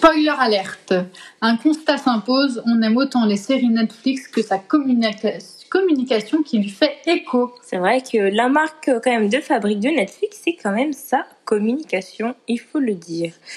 Spoiler alerte. Un constat s'impose, on aime autant les séries Netflix que sa communication qui lui fait écho. C'est vrai que la marque quand même de fabrique de Netflix, c'est quand même sa communication, il faut le dire.